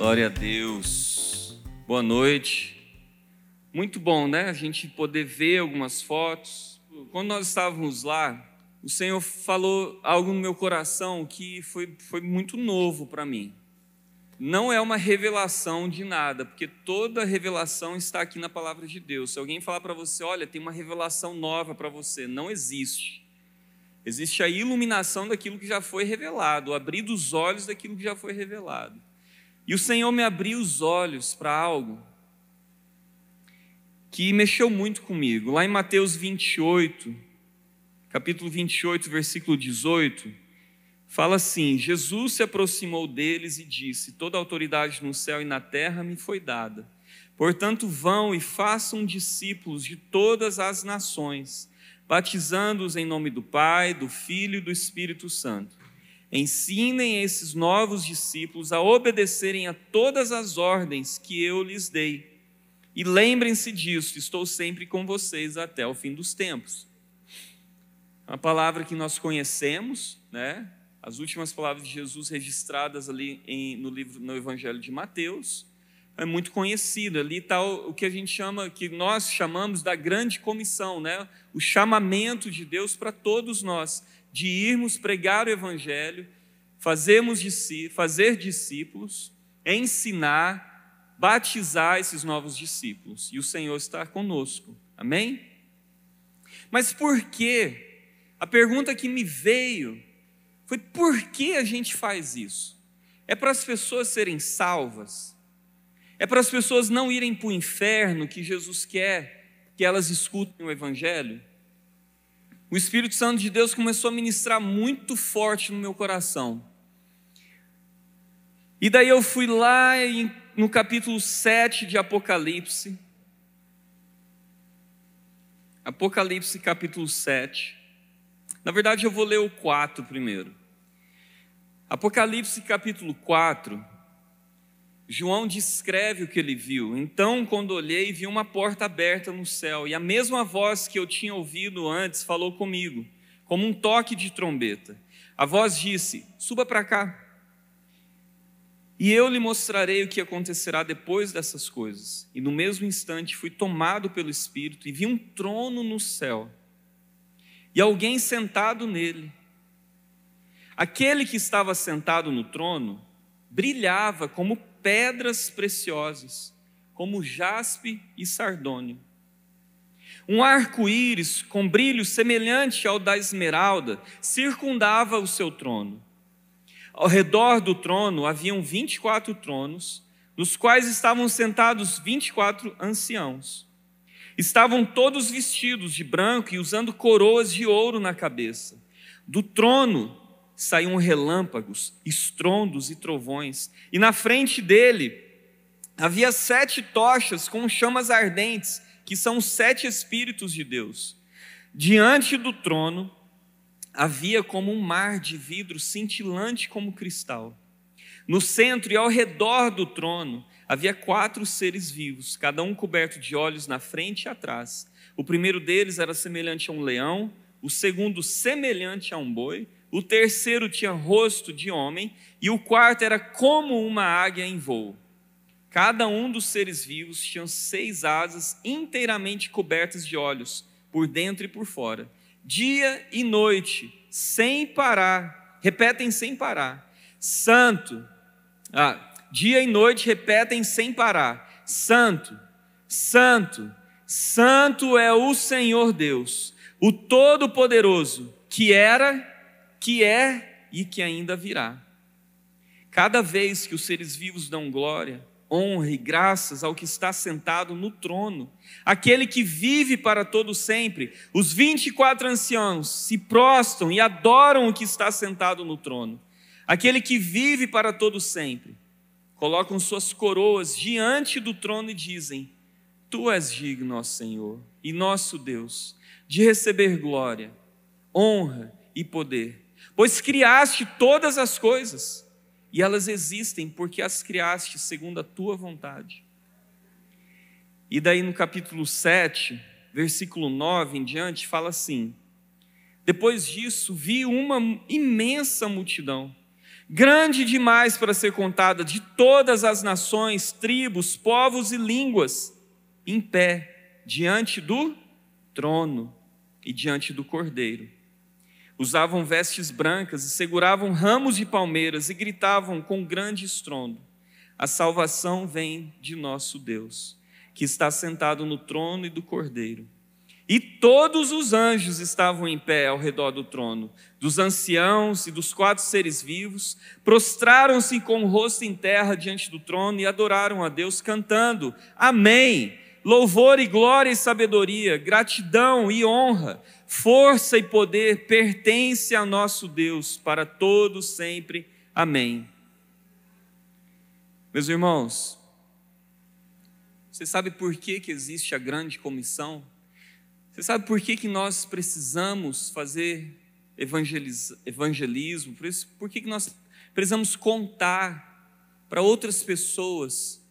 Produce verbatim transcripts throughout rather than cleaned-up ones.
Glória a Deus. Boa noite. Muito bom, né? A gente poder ver algumas fotos. Quando nós estávamos lá, o Senhor falou algo no meu coração que foi, foi muito novo para mim. Não é uma revelação de nada, porque toda revelação está aqui na palavra de Deus. Se alguém falar para você, olha, tem uma revelação nova para você, não existe. Existe a iluminação daquilo que já foi revelado, o abrir dos olhos daquilo que já foi revelado. E o Senhor me abriu os olhos para algo que mexeu muito comigo. Lá em Mateus vinte e oito, capítulo vinte e oito, versículo dezoito, fala assim: Jesus se aproximou deles e disse: toda a autoridade no céu e na terra me foi dada. Portanto, vão e façam discípulos de todas as nações, batizando-os em nome do Pai, do Filho e do Espírito Santo. Ensinem esses novos discípulos a obedecerem a todas as ordens que eu lhes dei. E lembrem-se disso, estou sempre com vocês até o fim dos tempos. Uma palavra que nós conhecemos, né? As últimas palavras de Jesus registradas ali em, no, livro, no Evangelho de Mateus, é muito conhecida. Ali está o, o que a gente chama, que nós chamamos da grande comissão, né? O chamamento de Deus para todos nós, de irmos pregar o Evangelho, fazermos discí- fazer discípulos, ensinar, batizar esses novos discípulos. E o Senhor está conosco. Amém? Mas por quê? A pergunta que me veio foi: por que a gente faz isso? É para as pessoas serem salvas? É para as pessoas não irem para o inferno que Jesus quer que elas escutem o Evangelho? O Espírito Santo de Deus começou a ministrar muito forte no meu coração. E daí eu fui lá em, no capítulo sete de Apocalipse. Apocalipse capítulo sete. Na verdade eu vou ler o quatro primeiro. Apocalipse capítulo quatro, João descreve o que ele viu. Então, quando olhei, vi uma porta aberta no céu, e a mesma voz que eu tinha ouvido antes falou comigo, como um toque de trombeta. A voz disse: suba para cá, e eu lhe mostrarei o que acontecerá depois dessas coisas. E no mesmo instante fui tomado pelo Espírito, e vi um trono no céu, e alguém sentado nele. Aquele que estava sentado no trono brilhava como pedras preciosas, como jaspe e sardônio. Um arco-íris com brilho semelhante ao da esmeralda circundava o seu trono. Ao redor do trono haviam vinte e quatro tronos, nos quais estavam sentados vinte e quatro anciãos. Estavam todos vestidos de branco e usando coroas de ouro na cabeça. Do trono saíam relâmpagos, estrondos e trovões, e na frente dele havia sete tochas com chamas ardentes, que são os sete Espíritos de Deus. Diante do trono havia como um mar de vidro cintilante como cristal. No centro e ao redor do trono havia quatro seres vivos, cada um coberto de olhos na frente e atrás. O primeiro deles era semelhante a um leão, o segundo semelhante a um boi, o terceiro tinha rosto de homem, e o quarto era como uma águia em voo. Cada um dos seres vivos tinha seis asas inteiramente cobertas de olhos, por dentro e por fora. Dia e noite, sem parar, repetem sem parar. Santo, ah, dia e noite repetem sem parar. Santo, Santo, Santo é o Senhor Deus, o Todo-Poderoso, que era, que é e que ainda virá. Cada vez que os seres vivos dão glória, honra e graças ao que está sentado no trono, aquele que vive para todo sempre, os vinte e quatro anciãos se prostram e adoram o que está sentado no trono. Aquele que vive para todo sempre, colocam suas coroas diante do trono e dizem: Tu és digno, ó Senhor, e nosso Deus, de receber glória, honra e poder, pois criaste todas as coisas, e elas existem porque as criaste segundo a tua vontade. E daí no capítulo sete, versículo nove em diante, fala assim: depois disso vi uma imensa multidão, grande demais para ser contada, de todas as nações, tribos, povos e línguas, em pé, diante do trono e diante do Cordeiro. Usavam vestes brancas e seguravam ramos de palmeiras e gritavam com grande estrondo: a salvação vem de nosso Deus, que está sentado no trono e do Cordeiro. E todos os anjos estavam em pé ao redor do trono, dos anciãos e dos quatro seres vivos, prostraram-se com o rosto em terra diante do trono e adoraram a Deus, cantando: Amém! Louvor e glória e sabedoria, gratidão e honra, força e poder pertence a nosso Deus para todos sempre. Amém. Meus irmãos, você sabe por que que existe a grande comissão? Você sabe por que que nós precisamos fazer evangelismo? Por isso, por que que nós precisamos contar para outras pessoas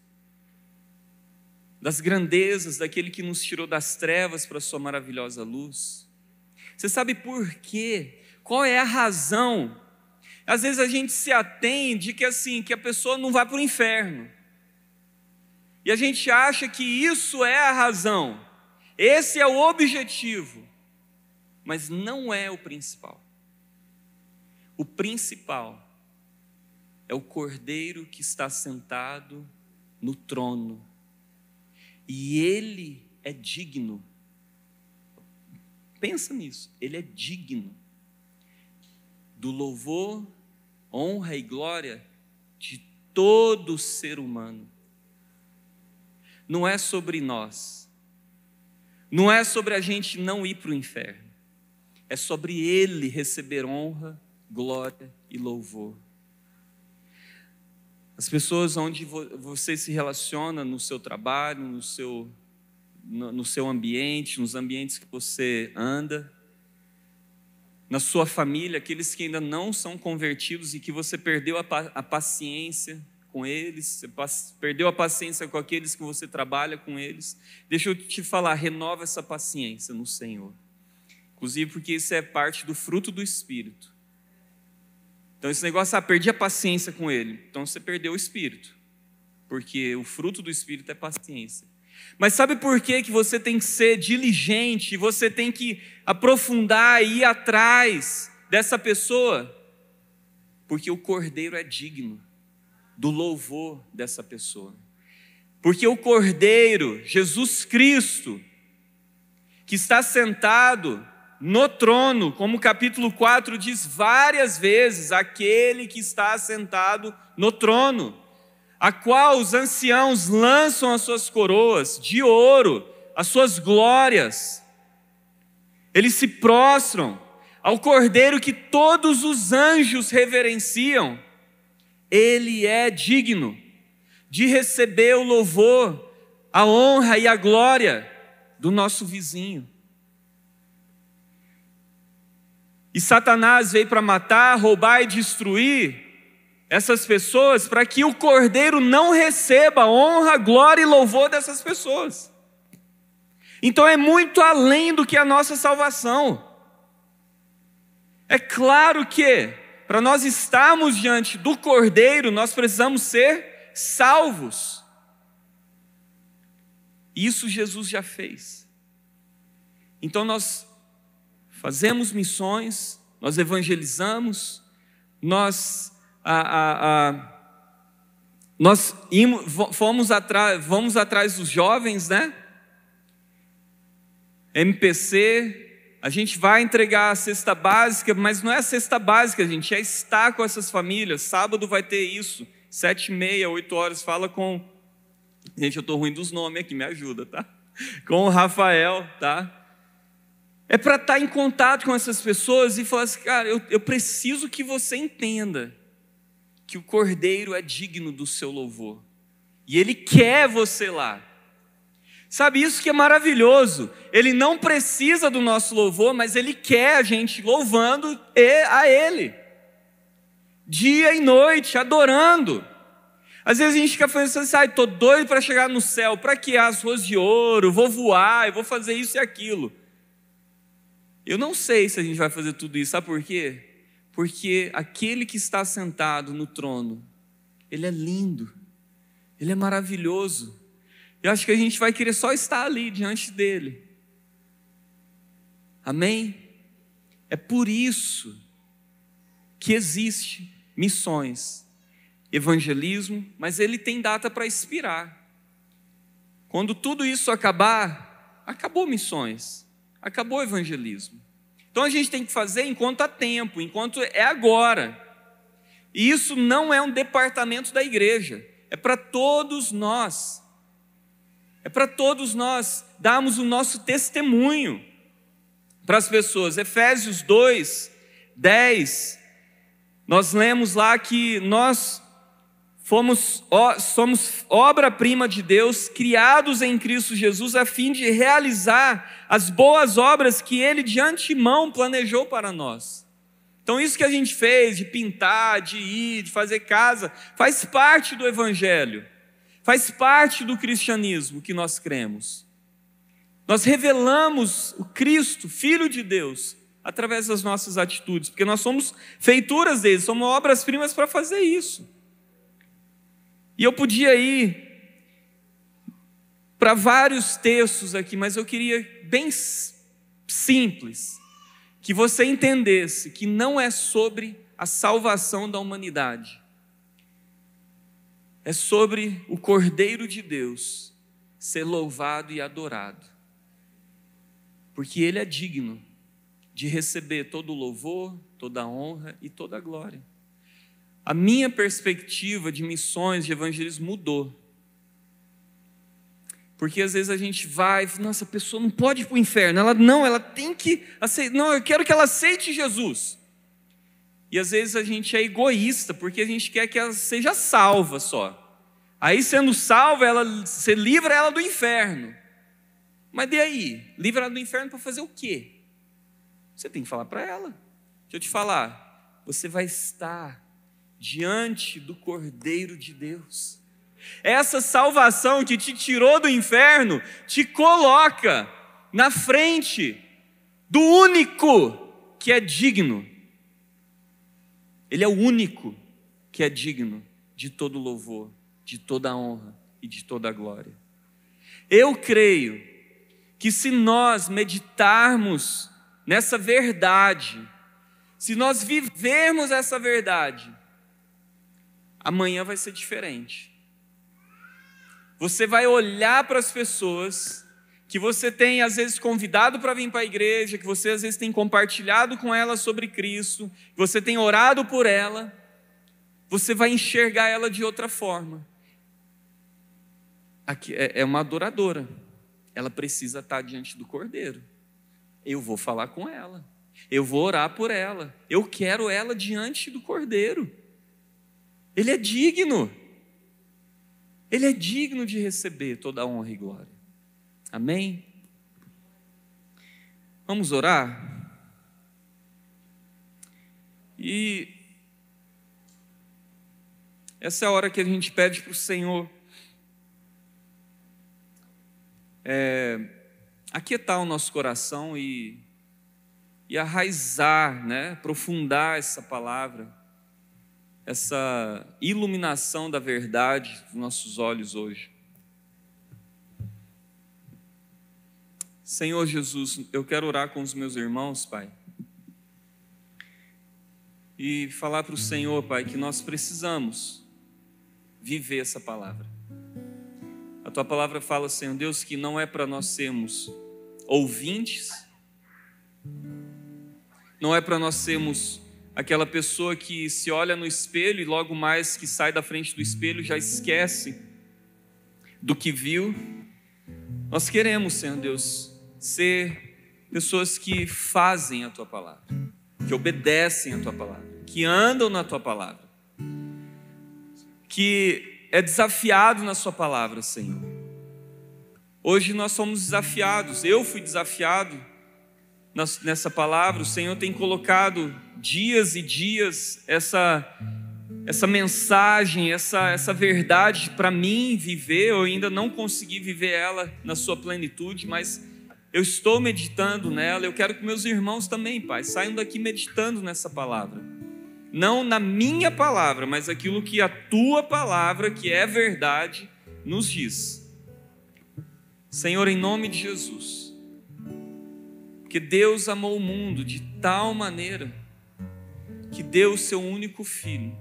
das grandezas daquele que nos tirou das trevas para a sua maravilhosa luz? Você sabe por quê? Qual é a razão? Às vezes a gente se atende que assim, que a pessoa não vai para o inferno. E a gente acha que isso é a razão. Esse é o objetivo. Mas não é o principal. O principal é o Cordeiro que está sentado no trono. E ele é digno. Pensa nisso, ele é digno do louvor, honra e glória de todo ser humano. Não é sobre nós, não é sobre a gente não ir para o inferno, é sobre ele receber honra, glória e louvor. As pessoas onde você se relaciona no seu trabalho, no seu, no, no seu ambiente, nos ambientes que você anda, na sua família, aqueles que ainda não são convertidos e que você perdeu a, a paciência com eles, você perdeu a paciência com aqueles que você trabalha com eles, deixa eu te falar, renova essa paciência no Senhor. Inclusive porque isso é parte do fruto do Espírito. Então esse negócio, ah, perdi a paciência com ele. Então você perdeu o Espírito. Porque o fruto do Espírito é paciência. Mas sabe por que que você tem que ser diligente, você tem que aprofundar e ir atrás dessa pessoa? Porque o Cordeiro é digno do louvor dessa pessoa. Porque o Cordeiro, Jesus Cristo, que está sentado no trono, como o capítulo quatro diz várias vezes, aquele que está sentado no trono, a qual os anciãos lançam as suas coroas de ouro, as suas glórias. Eles se prostram ao Cordeiro que todos os anjos reverenciam. Ele é digno de receber o louvor, a honra e a glória do nosso vizinho. E Satanás veio para matar, roubar e destruir essas pessoas para que o Cordeiro não receba honra, glória e louvor dessas pessoas. Então é muito além do que a nossa salvação. É claro que para nós estarmos diante do Cordeiro, nós precisamos ser salvos. Isso Jesus já fez. Então nós fazemos missões, nós evangelizamos, nós, a, a, a, nós imos, fomos atrás, vamos atrás dos jovens, né? M P C, a gente vai entregar a cesta básica, mas não é a cesta básica, gente, é estar com essas famílias. Sábado vai ter isso, sete e meia, oito horas, fala com... Gente, eu estou ruim dos nomes aqui, me ajuda, tá? Com o Rafael, tá? É para estar em contato com essas pessoas e falar assim, cara, eu, eu preciso que você entenda que o Cordeiro é digno do seu louvor. E Ele quer você lá. Sabe, isso que é maravilhoso. Ele não precisa do nosso louvor, mas Ele quer a gente louvando a Ele. Dia e noite, adorando. Às vezes a gente fica pensando assim, ah, estou doido para chegar no céu. Para que as ruas de ouro? Vou voar, eu vou fazer isso e aquilo. Eu não sei se a gente vai fazer tudo isso, sabe por quê? porque aquele que está sentado no trono, ele é lindo, ele é maravilhoso. Eu acho que a gente vai querer só estar ali diante dele. Amém? É por isso que existe missões, evangelismo, mas ele tem data para expirar. Quando tudo isso acabar, acabou missões, acabou evangelismo. Então a gente tem que fazer enquanto há tempo, enquanto é agora. E isso não é um departamento da igreja, é para todos nós. É para todos nós darmos o nosso testemunho para as pessoas. Efésios dois, dez, nós lemos lá que nós fomos, somos obra-prima de Deus, criados em Cristo Jesus, a fim de realizar as boas obras que Ele de antemão planejou para nós. Então isso que a gente fez, de pintar, de ir, de fazer casa, faz parte do Evangelho, faz parte do cristianismo que nós cremos. Nós revelamos o Cristo, Filho de Deus, através das nossas atitudes, porque nós somos feituras dele, somos obras-primas para fazer isso. E eu podia ir para vários textos aqui, mas eu queria bem simples, que você entendesse que não é sobre a salvação da humanidade, é sobre o Cordeiro de Deus ser louvado e adorado, porque Ele é digno de receber todo o louvor, toda a honra e toda a glória. A minha perspectiva de missões, de evangelismo mudou. Porque às vezes a gente vai, nossa, a pessoa não pode ir para o inferno, ela não, ela tem que aceitar, não, eu quero que ela aceite Jesus. E às vezes a gente é egoísta, porque a gente quer que ela seja salva só. Aí sendo salva, ela, você livra ela do inferno. Mas e aí? Livra ela do inferno para fazer o quê? Você tem que falar para ela. Deixa eu te falar, você vai estar diante do Cordeiro de Deus. Essa salvação que te tirou do inferno, te coloca na frente do único que é digno. Ele é o único que é digno de todo louvor, de toda honra e de toda glória. Eu creio que se nós meditarmos nessa verdade, se nós vivermos essa verdade, amanhã vai ser diferente. Você vai olhar para as pessoas que você tem às vezes convidado para vir para a igreja, que você às vezes tem compartilhado com elas sobre Cristo, que você tem orado por ela, você vai enxergar ela de outra forma. Aqui é uma adoradora, ela precisa estar diante do Cordeiro. Eu vou falar com ela, eu vou orar por ela, eu quero ela diante do Cordeiro. Ele é digno, Ele é digno de receber toda a honra e glória. Amém? Vamos orar? E essa é a hora que a gente pede para o Senhor é, aquietar o nosso coração e, e arraizar, né, aprofundar essa palavra, essa iluminação da verdade dos nossos olhos hoje. Senhor Jesus, eu quero orar com os meus irmãos, Pai, e falar para o Senhor, Pai, que nós precisamos viver essa palavra. A Tua palavra fala, Senhor Deus, que não é para nós sermos ouvintes, não é para nós sermos aquela pessoa que se olha no espelho e logo mais que sai da frente do espelho já esquece do que viu. Nós queremos, Senhor Deus, ser pessoas que fazem a Tua palavra, que obedecem a Tua palavra, que andam na Tua palavra, que é desafiado na Sua palavra, Senhor. Hoje nós somos desafiados, eu fui desafiado nessa palavra. O Senhor tem colocado dias e dias essa, essa mensagem, essa, essa verdade para mim viver. Eu ainda não consegui viver ela na sua plenitude, mas eu estou meditando nela. Eu quero que meus irmãos também, Pai, saiam daqui meditando nessa palavra, não na minha palavra, mas aquilo que a tua palavra, que é verdade, nos diz. Senhor, em nome de Jesus, que Deus amou o mundo de tal maneira que deu o seu único filho.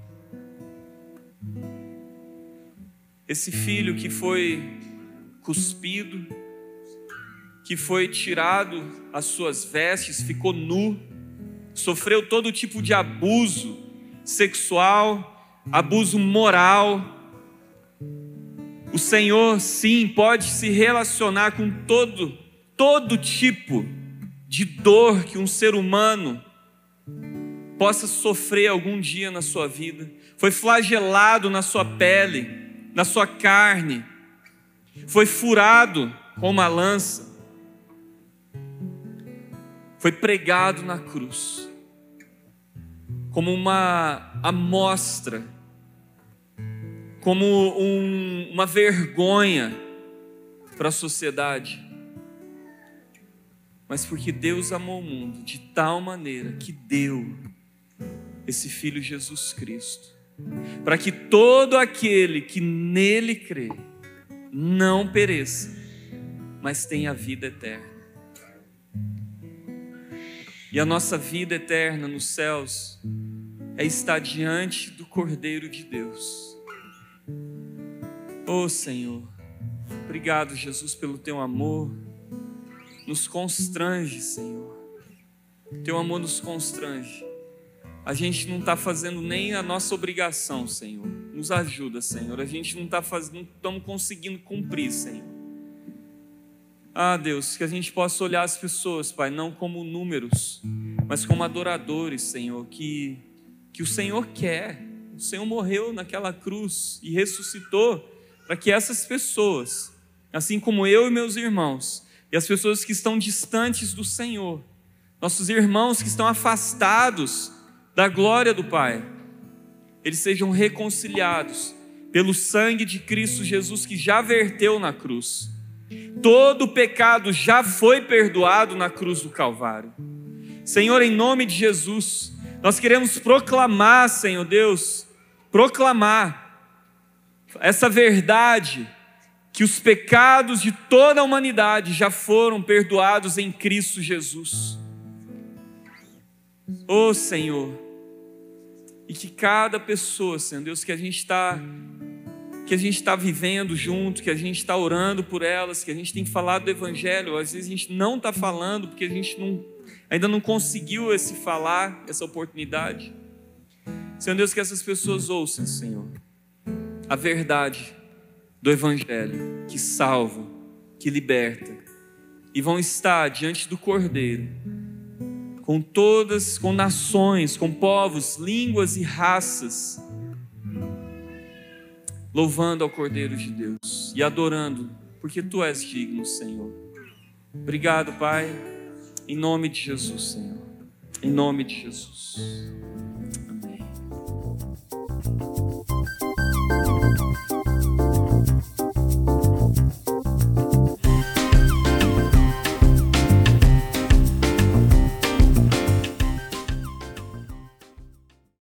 Esse filho que foi cuspido, que foi tirado as suas vestes, ficou nu, sofreu todo tipo de abuso sexual, abuso moral. O Senhor, sim, pode se relacionar com todo, todo tipo de dor que um ser humano possa sofrer algum dia na sua vida. Foi flagelado na sua pele, na sua carne, foi furado com uma lança, foi pregado na cruz, como uma amostra, como um, uma vergonha para a sociedade. Mas porque Deus amou o mundo de tal maneira que deu esse Filho Jesus Cristo, para que todo aquele que nele crê não pereça, mas tenha vida eterna. E a nossa vida eterna nos céus é estar diante do Cordeiro de Deus. Oh Senhor, obrigado, Jesus, pelo teu amor. Nos constrange, Senhor. Teu amor nos constrange. A gente não está fazendo nem a nossa obrigação, Senhor. Nos ajuda, Senhor. A gente não está fazendo, não estamos conseguindo cumprir, Senhor. Ah, Deus, que a gente possa olhar as pessoas, Pai, não como números, mas como adoradores, Senhor, que, que o Senhor quer. O Senhor morreu naquela cruz e ressuscitou para que essas pessoas, assim como eu e meus irmãos, e as pessoas que estão distantes do Senhor, nossos irmãos que estão afastados da glória do Pai, eles sejam reconciliados pelo sangue de Cristo Jesus que já verteu na cruz. Todo o pecado já foi perdoado na cruz do Calvário. Senhor, em nome de Jesus, nós queremos proclamar, Senhor Deus, proclamar essa verdade, que os pecados de toda a humanidade já foram perdoados em Cristo Jesus. Oh Senhor, e que cada pessoa, Senhor Deus, que a gente está que a gente está vivendo junto, que a gente está orando por elas, que a gente tem falado do Evangelho, às vezes a gente não está falando porque a gente não, ainda não conseguiu esse falar, essa oportunidade. Senhor Deus, que essas pessoas ouçam, Senhor, a verdade do Evangelho, que salva, que liberta, e vão estar diante do Cordeiro, com todas, com nações, com povos, línguas e raças, louvando ao Cordeiro de Deus e adorando, porque Tu és digno, Senhor. Obrigado, Pai, em nome de Jesus, Senhor, em nome de Jesus. Amém.